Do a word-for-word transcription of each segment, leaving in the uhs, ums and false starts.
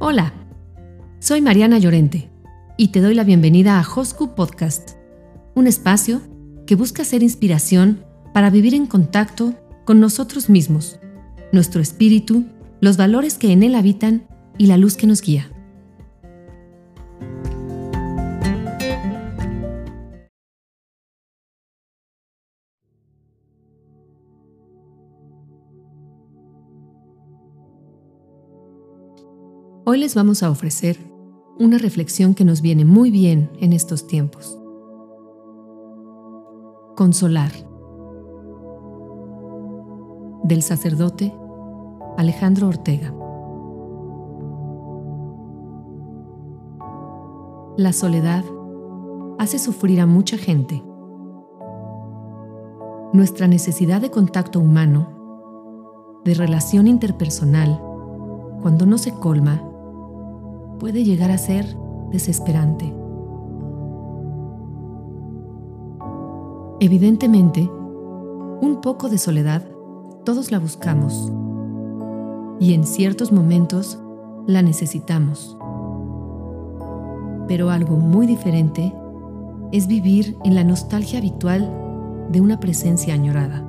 Hola, soy Mariana Llorente y te doy la bienvenida a Hosku Podcast, un espacio que busca ser inspiración para vivir en contacto con nosotros mismos, nuestro espíritu, los valores que en él habitan y la luz que nos guía. Hoy les vamos a ofrecer una reflexión que nos viene muy bien en estos tiempos. Consolar. Del sacerdote Alejandro Ortega. La soledad hace sufrir a mucha gente. Nuestra necesidad de contacto humano, de relación interpersonal, cuando no se colma, puede llegar a ser desesperante. Evidentemente, un poco de soledad todos la buscamos y en ciertos momentos la necesitamos. Pero algo muy diferente es vivir en la nostalgia habitual de una presencia añorada.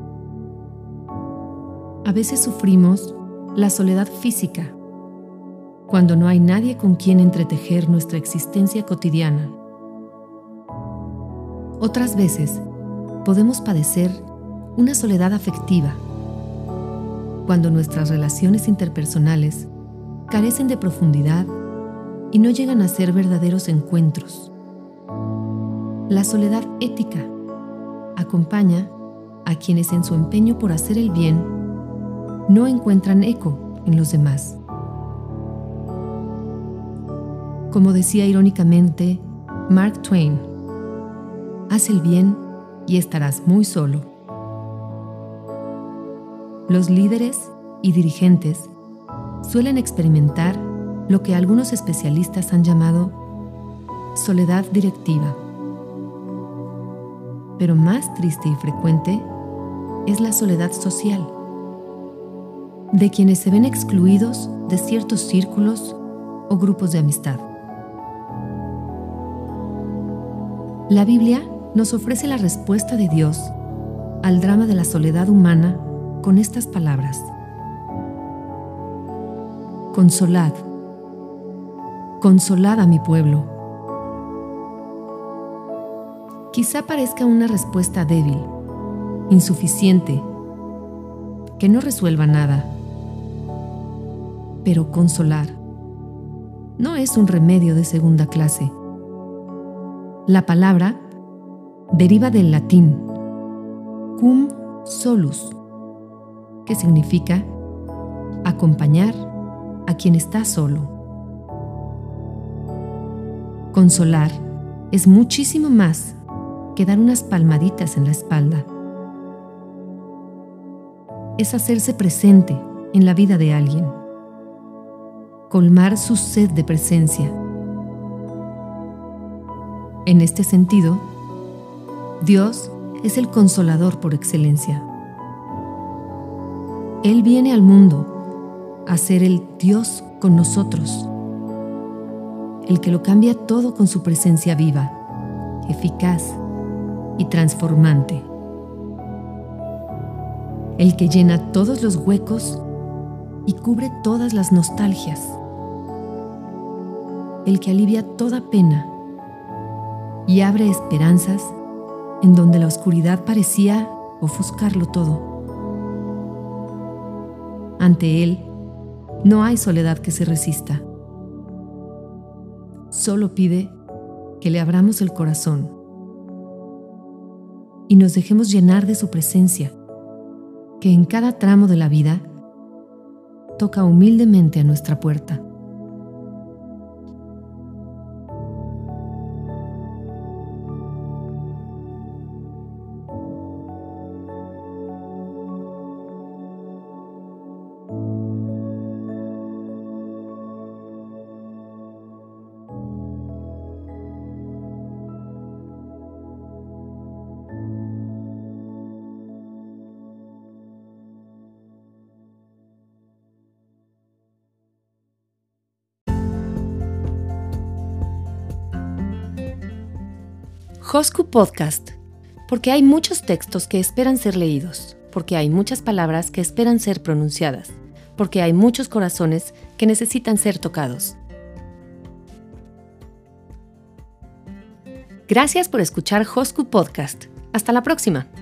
A veces sufrimos la soledad física, cuando no hay nadie con quien entretejer nuestra existencia cotidiana. Otras veces podemos padecer una soledad afectiva, cuando nuestras relaciones interpersonales carecen de profundidad y no llegan a ser verdaderos encuentros. La soledad ética acompaña a quienes en su empeño por hacer el bien no encuentran eco en los demás. Como decía irónicamente Mark Twain, haz el bien y estarás muy solo. Los líderes y dirigentes suelen experimentar lo que algunos especialistas han llamado soledad directiva. Pero más triste y frecuente es la soledad social, de quienes se ven excluidos de ciertos círculos o grupos de amistad. La Biblia nos ofrece la respuesta de Dios al drama de la soledad humana con estas palabras: Consolad, consolad a mi pueblo. Quizá parezca una respuesta débil, insuficiente, que no resuelva nada. Pero consolar no es un remedio de segunda clase. La palabra deriva del latín cum solus, que significa acompañar a quien está solo. Consolar es muchísimo más que dar unas palmaditas en la espalda. Es hacerse presente en la vida de alguien, colmar su sed de presencia. En este sentido, Dios es el consolador por excelencia. Él viene al mundo a ser el Dios con nosotros, el que lo cambia todo con su presencia viva, eficaz y transformante, el que llena todos los huecos y cubre todas las nostalgias, el que alivia toda pena y abre esperanzas en donde la oscuridad parecía ofuscarlo todo. Ante Él no hay soledad que se resista. Solo pide que le abramos el corazón y nos dejemos llenar de su presencia, que en cada tramo de la vida toca humildemente a nuestra puerta. Hosku Podcast, porque hay muchos textos que esperan ser leídos, porque hay muchas palabras que esperan ser pronunciadas, porque hay muchos corazones que necesitan ser tocados. Gracias por escuchar Hosku Podcast. Hasta la próxima.